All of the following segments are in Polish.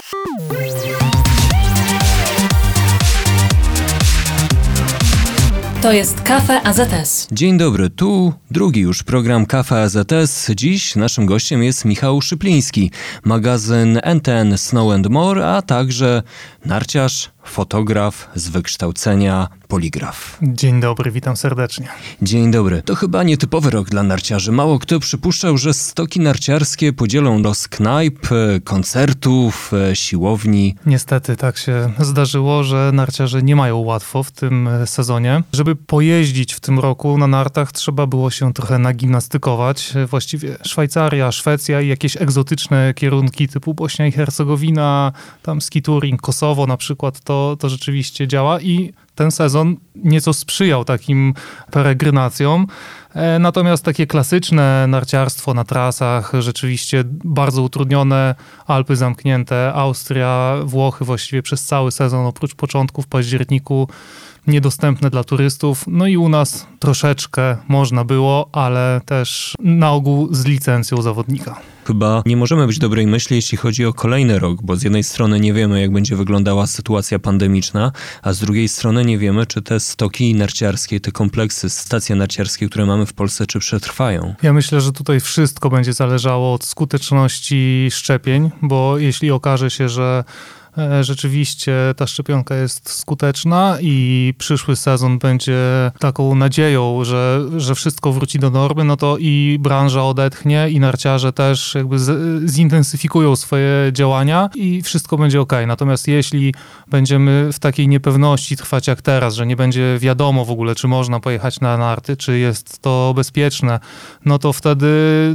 To jest Cafe AZS. Dzień dobry, tu drugi już program Cafe AZS. Dziś naszym gościem jest Michał Szypliński, magazyn NTN Snow & More, a także narciarz, fotograf z wykształcenia, poligraf. Dzień dobry, witam serdecznie. Dzień dobry. To chyba nietypowy rok dla narciarzy. Mało kto przypuszczał, że stoki narciarskie podzielą los knajp, koncertów, siłowni. Niestety tak się zdarzyło, że narciarze nie mają łatwo w tym sezonie. Żeby pojeździć w tym roku na nartach, trzeba było się trochę nagimnastykować. Właściwie Szwajcaria, Szwecja i jakieś egzotyczne kierunki typu Bośnia i Hercegowina, tam ski touring, Kosowo na przykład, to rzeczywiście działa i ten sezon nieco sprzyjał takim peregrinacjom. Natomiast takie klasyczne narciarstwo na trasach, rzeczywiście bardzo utrudnione, Alpy zamknięte, Austria, Włochy właściwie przez cały sezon, oprócz początku w październiku, niedostępne dla turystów. No i u nas troszeczkę można było, ale też na ogół z licencją zawodnika. Chyba nie możemy być dobrej myśli, jeśli chodzi o kolejny rok, bo z jednej strony nie wiemy, jak będzie wyglądała sytuacja pandemiczna, a z drugiej strony nie wiemy, czy te stoki narciarskie, te kompleksy, stacje narciarskie, które mamy w Polsce, czy przetrwają. Ja myślę, że tutaj wszystko będzie zależało od skuteczności szczepień, bo jeśli okaże się, że rzeczywiście ta szczepionka jest skuteczna i przyszły sezon będzie taką nadzieją, że wszystko wróci do normy, no to i branża odetchnie, i narciarze też jakby zintensyfikują swoje działania i wszystko będzie okej. Natomiast jeśli będziemy w takiej niepewności trwać jak teraz, że nie będzie wiadomo w ogóle, czy można pojechać na narty, czy jest to bezpieczne, no to wtedy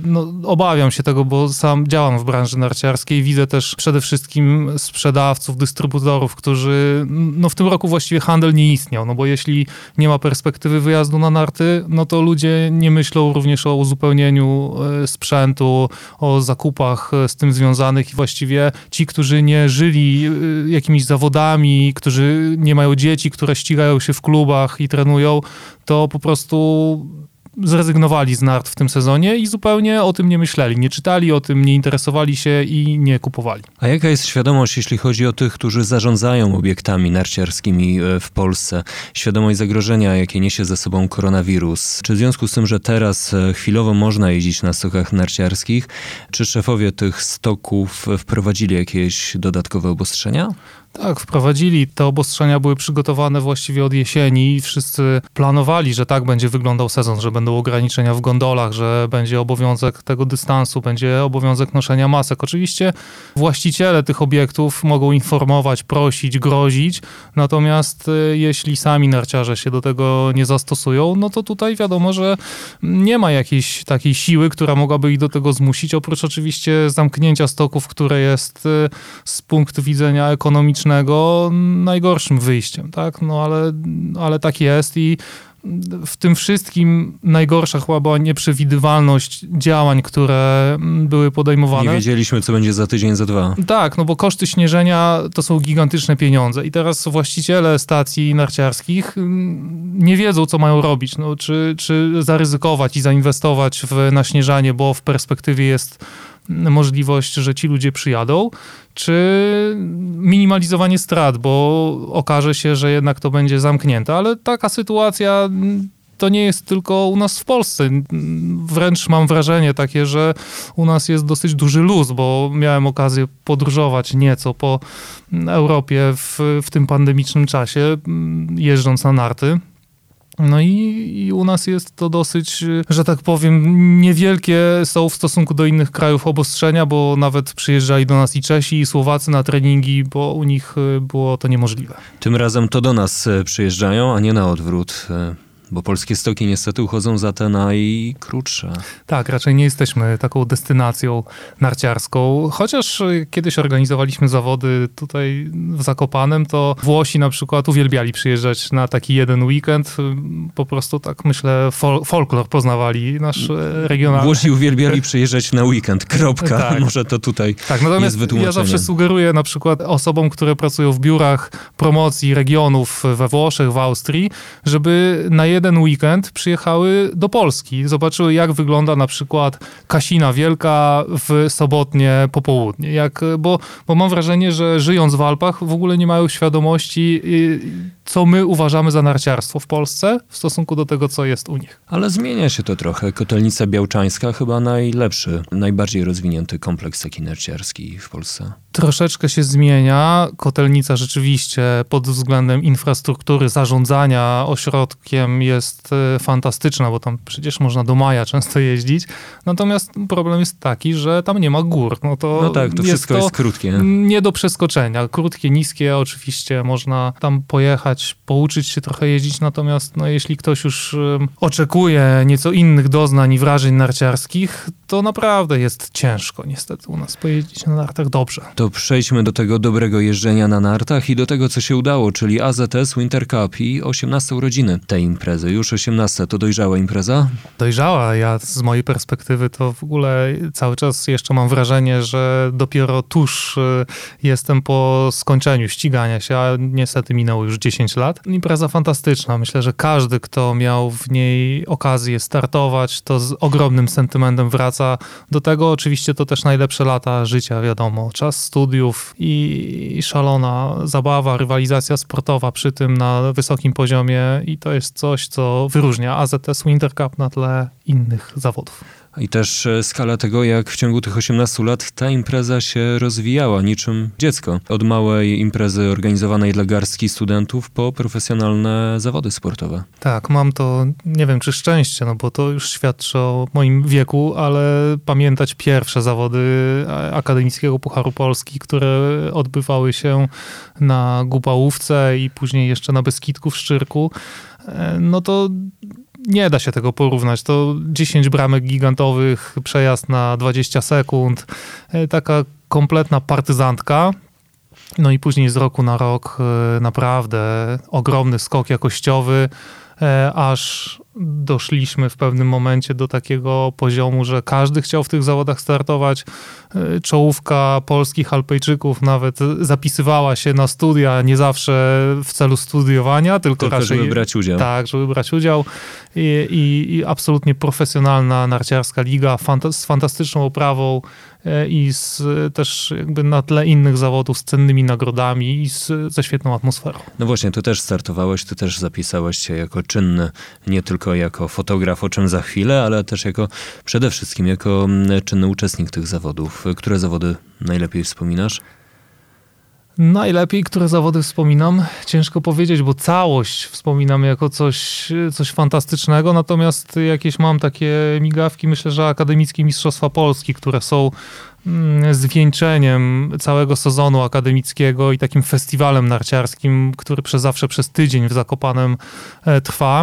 obawiam się tego, bo sam działam w branży narciarskiej, widzę też przede wszystkim sprzedawców, dystrybutorów, którzy, w tym roku właściwie handel nie istniał, bo jeśli nie ma perspektywy wyjazdu na narty, no to ludzie nie myślą również o uzupełnieniu sprzętu, o zakupach z tym związanych i właściwie ci, którzy nie żyli jakimiś zawodami, którzy nie mają dzieci, które ścigają się w klubach i trenują, to po prostu zrezygnowali z nart w tym sezonie i zupełnie o tym nie myśleli, nie czytali o tym, nie interesowali się i nie kupowali. A jaka jest świadomość, jeśli chodzi o tych, którzy zarządzają obiektami narciarskimi w Polsce? Świadomość zagrożenia, jakie niesie ze sobą koronawirus. Czy w związku z tym, że teraz chwilowo można jeździć na stokach narciarskich, czy szefowie tych stoków wprowadzili jakieś dodatkowe obostrzenia? Tak, wprowadzili. Te obostrzenia były przygotowane właściwie od jesieni i wszyscy planowali, że tak będzie wyglądał sezon, że będą ograniczenia w gondolach, że będzie obowiązek tego dystansu, będzie obowiązek noszenia masek. Oczywiście właściciele tych obiektów mogą informować, prosić, grozić, natomiast jeśli sami narciarze się do tego nie zastosują, no to tutaj wiadomo, że nie ma jakiejś takiej siły, która mogłaby ich do tego zmusić, oprócz oczywiście zamknięcia stoków, które jest z punktu widzenia ekonomicznego najgorszym wyjściem, tak? Ale tak jest i w tym wszystkim najgorsza chyba była nieprzewidywalność działań, które były podejmowane. Nie wiedzieliśmy, co będzie za tydzień, za dwa. Tak, bo koszty śnieżenia to są gigantyczne pieniądze i teraz właściciele stacji narciarskich nie wiedzą, co mają robić. Czy zaryzykować i zainwestować w naśnieżanie, bo w perspektywie jest możliwość, że ci ludzie przyjadą, czy minimalizowanie strat, bo okaże się, że jednak to będzie zamknięte. Ale taka sytuacja to nie jest tylko u nas w Polsce. Wręcz mam wrażenie takie, że u nas jest dosyć duży luz, bo miałem okazję podróżować nieco po Europie w tym pandemicznym czasie, jeżdżąc na narty. No i u nas jest to dosyć, że tak powiem, niewielkie są w stosunku do innych krajów obostrzenia, bo nawet przyjeżdżali do nas i Czesi, i Słowacy na treningi, bo u nich było to niemożliwe. Tym razem to do nas przyjeżdżają, a nie na odwrót. Bo polskie stoki niestety uchodzą za te najkrótsze. Tak, raczej nie jesteśmy taką destynacją narciarską. Chociaż kiedyś organizowaliśmy zawody tutaj w Zakopanem, to Włosi na przykład uwielbiali przyjeżdżać na taki jeden weekend. Po prostu tak myślę, folklor poznawali nasz regionalny. Włosi uwielbiali przyjeżdżać na weekend, kropka. Tak. Może to tutaj natomiast jest wytłumaczenie. Ja zawsze sugeruję na przykład osobom, które pracują w biurach promocji regionów we Włoszech, w Austrii, żeby na jeden weekend przyjechały do Polski. Zobaczyły, jak wygląda na przykład Kasina Wielka w sobotnie popołudnie. Bo mam wrażenie, że żyjąc w Alpach w ogóle nie mają świadomości, co my uważamy za narciarstwo w Polsce w stosunku do tego, co jest u nich. Ale zmienia się to trochę. Kotelnica Białczańska chyba najlepszy, najbardziej rozwinięty kompleks taki narciarski w Polsce. Troszeczkę się zmienia. Kotelnica rzeczywiście pod względem infrastruktury, zarządzania ośrodkiem jest fantastyczna, bo tam przecież można do maja często jeździć. Natomiast problem jest taki, że tam nie ma gór. No tak, to wszystko jest krótkie. Nie do przeskoczenia. Krótkie, niskie, oczywiście można tam pojechać, pouczyć się trochę jeździć, natomiast jeśli ktoś już oczekuje nieco innych doznań i wrażeń narciarskich, to naprawdę jest ciężko niestety u nas pojeździć na nartach dobrze. To przejdźmy do tego dobrego jeżdżenia na nartach i do tego, co się udało, czyli AZS Winter Cup i 18 urodziny tej imprezy. Już 18. To dojrzała impreza? Dojrzała. Ja z mojej perspektywy to w ogóle cały czas jeszcze mam wrażenie, że dopiero tuż jestem po skończeniu ścigania się, a niestety minęło już 10 lat. Impreza fantastyczna. Myślę, że każdy, kto miał w niej okazję startować, to z ogromnym sentymentem wraca do tego. Oczywiście to też najlepsze lata życia, wiadomo. Czas studiów i szalona zabawa, rywalizacja sportowa przy tym na wysokim poziomie i to jest coś, co wyróżnia AZS Winter Cup na tle innych zawodów. I też skala tego, jak w ciągu tych 18 lat ta impreza się rozwijała niczym dziecko. Od małej imprezy organizowanej dla garstki studentów po profesjonalne zawody sportowe. Tak, mam to, nie wiem czy szczęście, bo to już świadczy o moim wieku, ale pamiętać pierwsze zawody Akademickiego Pucharu Polski, które odbywały się na Gubałówce i później jeszcze na Beskidku w Szczyrku, to nie da się tego porównać. To 10 bramek gigantowych, przejazd na 20 sekund, taka kompletna partyzantka. No i później z roku na rok naprawdę ogromny skok jakościowy, aż doszliśmy w pewnym momencie do takiego poziomu, że każdy chciał w tych zawodach startować. Czołówka polskich Alpejczyków nawet zapisywała się na studia, nie zawsze w celu studiowania, tylko raczej żeby brać udział. Tak, żeby brać udział. I absolutnie profesjonalna narciarska liga z fantastyczną oprawą i też jakby na tle innych zawodów z cennymi nagrodami i ze świetną atmosferą. No właśnie, ty też startowałeś, ty też zapisałeś się jako czynny, nie tylko jako fotograf, o czym za chwilę, ale też przede wszystkim jako czynny uczestnik tych zawodów. Które zawody najlepiej wspominasz? Najlepiej, które zawody wspominam? Ciężko powiedzieć, bo całość wspominam jako coś fantastycznego, natomiast jakieś mam takie migawki, myślę, że Akademickie Mistrzostwa Polski, które są zwieńczeniem całego sezonu akademickiego i takim festiwalem narciarskim, który zawsze przez tydzień w Zakopanem trwa.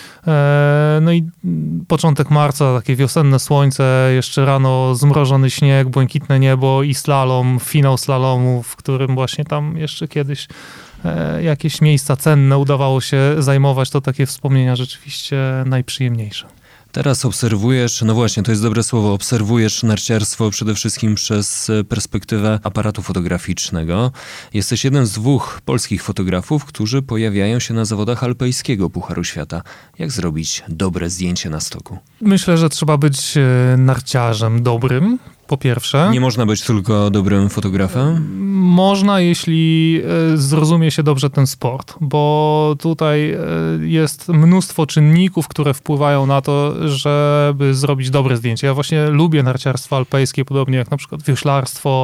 No i początek marca, takie wiosenne słońce, jeszcze rano zmrożony śnieg, błękitne niebo i slalom, finał slalomu, w którym właśnie tam jeszcze kiedyś jakieś miejsca cenne udawało się zajmować, to takie wspomnienia rzeczywiście najprzyjemniejsze. Teraz obserwujesz, no właśnie, to jest dobre słowo, obserwujesz narciarstwo przede wszystkim przez perspektywę aparatu fotograficznego. Jesteś jednym z 2 polskich fotografów, którzy pojawiają się na zawodach Alpejskiego Pucharu Świata. Jak zrobić dobre zdjęcie na stoku? Myślę, że trzeba być narciarzem dobrym, po pierwsze. Nie można być tylko dobrym fotografem? Można, jeśli zrozumie się dobrze ten sport, bo tutaj jest mnóstwo czynników, które wpływają na to, żeby zrobić dobre zdjęcie. Ja właśnie lubię narciarstwo alpejskie, podobnie jak na przykład wioślarstwo,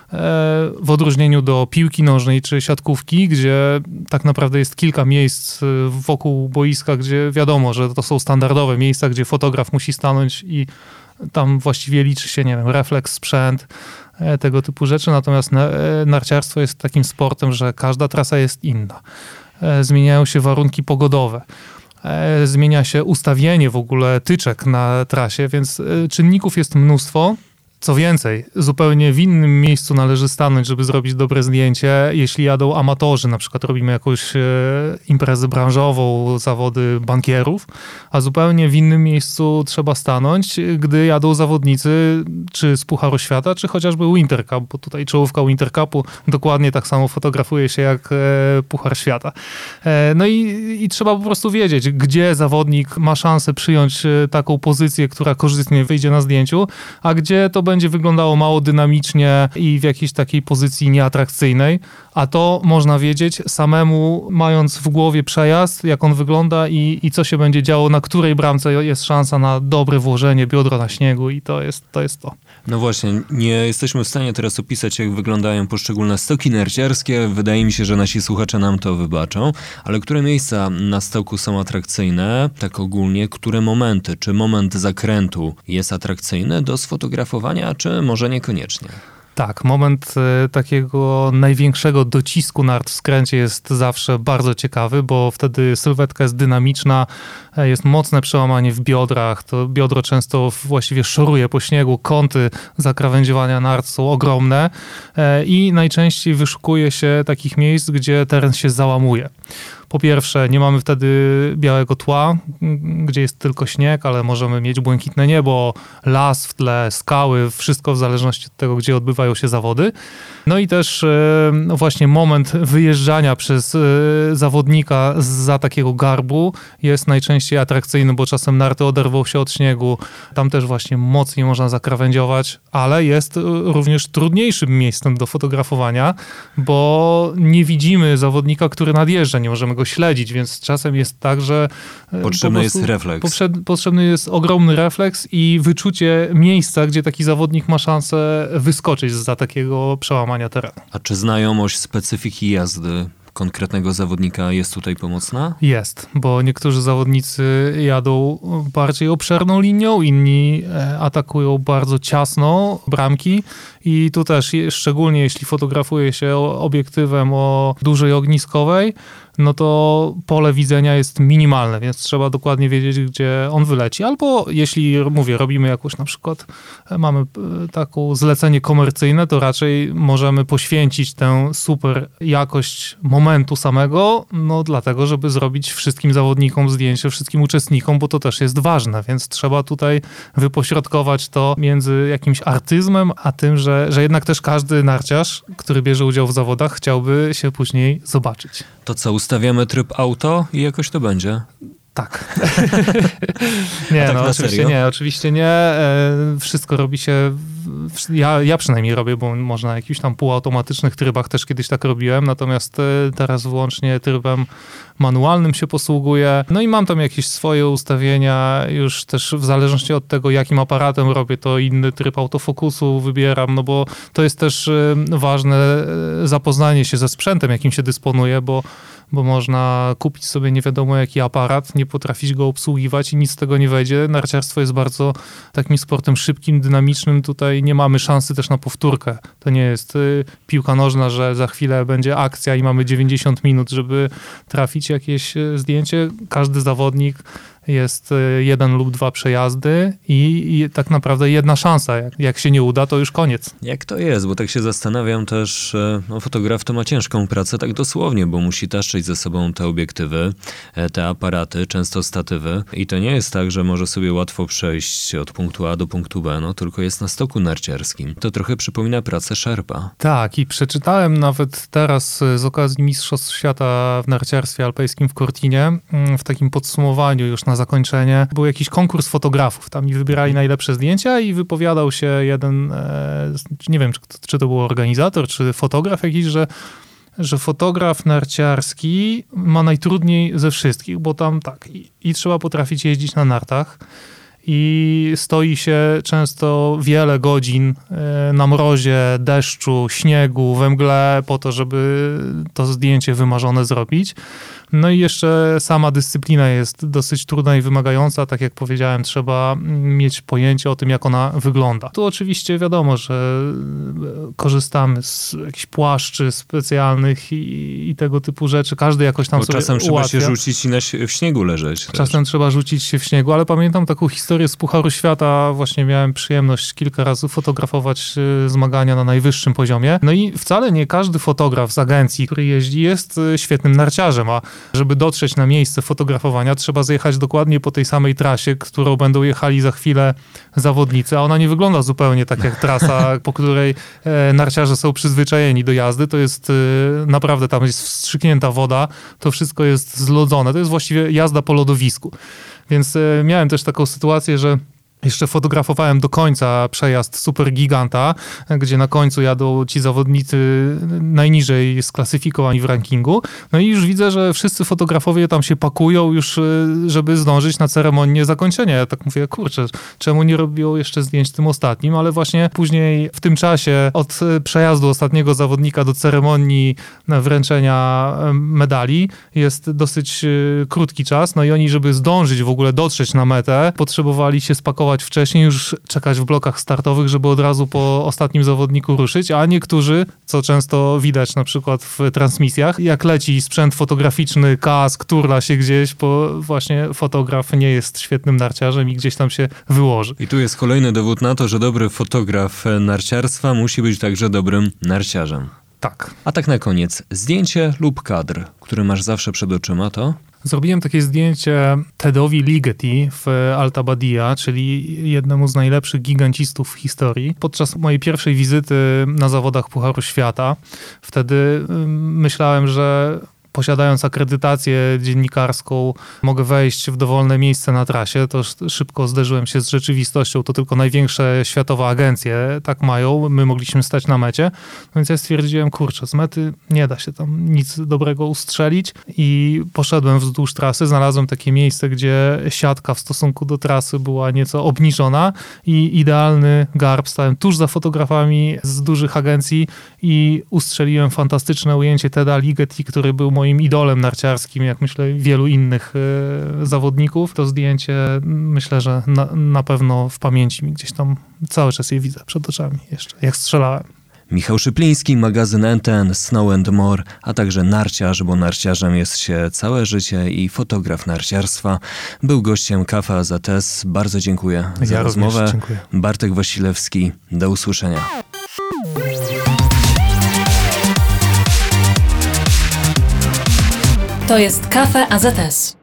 w odróżnieniu do piłki nożnej czy siatkówki, gdzie tak naprawdę jest kilka miejsc wokół boiska, gdzie wiadomo, że to są standardowe miejsca, gdzie fotograf musi stanąć i tam właściwie liczy się, nie wiem, refleks, sprzęt, tego typu rzeczy. Natomiast narciarstwo jest takim sportem, że każda trasa jest inna. Zmieniają się warunki pogodowe. Zmienia się ustawienie w ogóle tyczek na trasie, więc czynników jest mnóstwo. Co więcej, zupełnie w innym miejscu należy stanąć, żeby zrobić dobre zdjęcie, jeśli jadą amatorzy, na przykład robimy jakąś imprezę branżową, zawody bankierów, a zupełnie w innym miejscu trzeba stanąć, gdy jadą zawodnicy czy z Pucharu Świata, czy chociażby Winter Cup, bo tutaj czołówka Winter Cupu dokładnie tak samo fotografuje się jak Puchar Świata. No i trzeba po prostu wiedzieć, gdzie zawodnik ma szansę przyjąć taką pozycję, która korzystnie wyjdzie na zdjęciu, a gdzie to będzie wyglądało mało dynamicznie i w jakiejś takiej pozycji nieatrakcyjnej, a to można wiedzieć samemu, mając w głowie przejazd, jak on wygląda i co się będzie działo, na której bramce jest szansa na dobre włożenie biodra na śniegu i to jest to. No właśnie, nie jesteśmy w stanie teraz opisać, jak wyglądają poszczególne stoki narciarskie. Wydaje mi się, że nasi słuchacze nam to wybaczą, ale które miejsca na stoku są atrakcyjne, tak ogólnie, które momenty, czy moment zakrętu jest atrakcyjny do sfotografowania, czy może niekoniecznie? Tak, moment takiego największego docisku nart w skręcie jest zawsze bardzo ciekawy, bo wtedy sylwetka jest dynamiczna, jest mocne przełamanie w biodrach, to biodro często właściwie szoruje po śniegu, kąty zakrawędziowania nart są ogromne i najczęściej wyszukuje się takich miejsc, gdzie teren się załamuje. Po pierwsze, nie mamy wtedy białego tła, gdzie jest tylko śnieg, ale możemy mieć błękitne niebo, las w tle, skały, wszystko w zależności od tego, gdzie odbywają się zawody. No i też właśnie moment wyjeżdżania przez zawodnika zza takiego garbu jest najczęściej atrakcyjny, bo czasem narty oderwą się od śniegu. Tam też właśnie mocniej można zakrawędziować, ale jest również trudniejszym miejscem do fotografowania, bo nie widzimy zawodnika, który nadjeżdża, nie możemy go śledzić, więc czasem jest tak, że potrzebny jest refleks. Potrzebny jest ogromny refleks i wyczucie miejsca, gdzie taki zawodnik ma szansę wyskoczyć zza takiego przełamania terenu. A czy znajomość specyfiki jazdy konkretnego zawodnika jest tutaj pomocna? Jest, bo niektórzy zawodnicy jadą bardziej obszerną linią, inni atakują bardzo ciasno bramki i tu też szczególnie jeśli fotografuje się obiektywem o dużej ogniskowej, no to pole widzenia jest minimalne, więc trzeba dokładnie wiedzieć, gdzie on wyleci. Albo jeśli, robimy jakąś na przykład, mamy taką zlecenie komercyjne, to raczej możemy poświęcić tę super jakość momentu samego, no dlatego, żeby zrobić wszystkim zawodnikom zdjęcie, wszystkim uczestnikom, bo to też jest ważne, więc trzeba tutaj wypośrodkować to między jakimś artyzmem, a tym, że jednak też każdy narciarz, który bierze udział w zawodach, chciałby się później zobaczyć. To co, ustawiamy tryb auto i jakoś to będzie? Tak. Nie, tak no oczywiście nie. Wszystko robi się, ja przynajmniej robię, bo można na jakichś tam półautomatycznych trybach też kiedyś tak robiłem, natomiast teraz wyłącznie trybem manualnym się posługuję. No i mam tam jakieś swoje ustawienia, już też w zależności od tego, jakim aparatem robię, to inny tryb autofokusu wybieram, no bo to jest też ważne zapoznanie się ze sprzętem, jakim się dysponuje, bo można kupić sobie nie wiadomo jaki aparat, nie potrafić go obsługiwać i nic z tego nie wejdzie. Narciarstwo jest bardzo takim sportem szybkim, dynamicznym. Tutaj nie mamy szansy też na powtórkę. To nie jest piłka nożna, że za chwilę będzie akcja i mamy 90 minut, żeby trafić jakieś zdjęcie. Każdy zawodnik jest 1 lub 2 przejazdy i tak naprawdę jedna szansa. Jak się nie uda, to już koniec. Jak to jest? Bo tak się zastanawiam też, fotograf to ma ciężką pracę, tak dosłownie, bo musi taszczyć ze sobą te obiektywy, te aparaty, często statywy i to nie jest tak, że może sobie łatwo przejść od punktu A do punktu B, tylko jest na stoku narciarskim. To trochę przypomina pracę szerpa. Tak, i przeczytałem nawet teraz z okazji Mistrzostw Świata w narciarstwie alpejskim w Cortinie, w takim podsumowaniu już na zakończenie, był jakiś konkurs fotografów. Tam i wybierali najlepsze zdjęcia i wypowiadał się jeden, nie wiem, czy to był organizator, czy fotograf jakiś, że fotograf narciarski ma najtrudniej ze wszystkich, bo tam tak i trzeba potrafić jeździć na nartach i stoi się często wiele godzin na mrozie, deszczu, śniegu, we mgle po to, żeby to zdjęcie wymarzone zrobić. No i jeszcze sama dyscyplina jest dosyć trudna i wymagająca. Tak jak powiedziałem, trzeba mieć pojęcie o tym, jak ona wygląda. Tu oczywiście wiadomo, że korzystamy z jakichś płaszczy specjalnych i tego typu rzeczy. Każdy jakoś tam bo sobie czasem ułatwia. Trzeba się rzucić i w śniegu leżeć. Czasem trzeba rzucić się w śniegu, ale pamiętam taką historię historię z Pucharu Świata. Właśnie miałem przyjemność kilka razy fotografować zmagania na najwyższym poziomie. No i wcale nie każdy fotograf z agencji, który jeździ, jest świetnym narciarzem, a żeby dotrzeć na miejsce fotografowania, trzeba zjechać dokładnie po tej samej trasie, którą będą jechali za chwilę zawodnicy, a ona nie wygląda zupełnie tak jak trasa, po której narciarze są przyzwyczajeni do jazdy. To jest naprawdę, tam jest wstrzyknięta woda, to wszystko jest zlodzone. To jest właściwie jazda po lodowisku. Więc miałem też taką sytuację, że jeszcze fotografowałem do końca przejazd Supergiganta, gdzie na końcu jadą ci zawodnicy najniżej sklasyfikowani w rankingu. No i już widzę, że wszyscy fotografowie tam się pakują już, żeby zdążyć na ceremonię zakończenia. Ja tak mówię, kurczę, czemu nie robią jeszcze zdjęć tym ostatnim? Ale właśnie później w tym czasie od przejazdu ostatniego zawodnika do ceremonii wręczenia medali jest dosyć krótki czas. No i oni, żeby zdążyć w ogóle dotrzeć na metę, potrzebowali się spakować wcześniej, już czekać w blokach startowych, żeby od razu po ostatnim zawodniku ruszyć, a niektórzy, co często widać na przykład w transmisjach, jak leci sprzęt fotograficzny, kask, turla się gdzieś, bo właśnie fotograf nie jest świetnym narciarzem i gdzieś tam się wyłoży. I tu jest kolejny dowód na to, że dobry fotograf narciarstwa musi być także dobrym narciarzem. Tak. A tak na koniec, zdjęcie lub kadr, który masz zawsze przed oczyma, to? Zrobiłem takie zdjęcie Tedowi Ligeti w Alta Badia, czyli jednemu z najlepszych gigancistów w historii. Podczas mojej pierwszej wizyty na zawodach Pucharu Świata, wtedy myślałem, że posiadając akredytację dziennikarską, mogę wejść w dowolne miejsce na trasie. To szybko zderzyłem się z rzeczywistością. To tylko największe światowe agencje tak mają. My mogliśmy stać na mecie. Więc ja stwierdziłem, kurczę, z mety nie da się tam nic dobrego ustrzelić. I poszedłem wzdłuż trasy. Znalazłem takie miejsce, gdzie siatka w stosunku do trasy była nieco obniżona i idealny garb. Stałem tuż za fotografami z dużych agencji i ustrzeliłem fantastyczne ujęcie Teda Ligeti, który był moim idolem narciarskim, jak myślę wielu innych zawodników. To zdjęcie myślę, że na pewno w pamięci mi gdzieś tam cały czas je widzę przed oczami jeszcze, jak strzelałem. Michał Szypliński, magazyn NTN, Snow and More, a także narciarz, bo narciarzem jest się całe życie i fotograf narciarstwa. Był gościem Cafe AZS. Bardzo dziękuję za rozmowę. Dziękuję. Bartek Wasilewski, do usłyszenia. To jest Cafe AZS.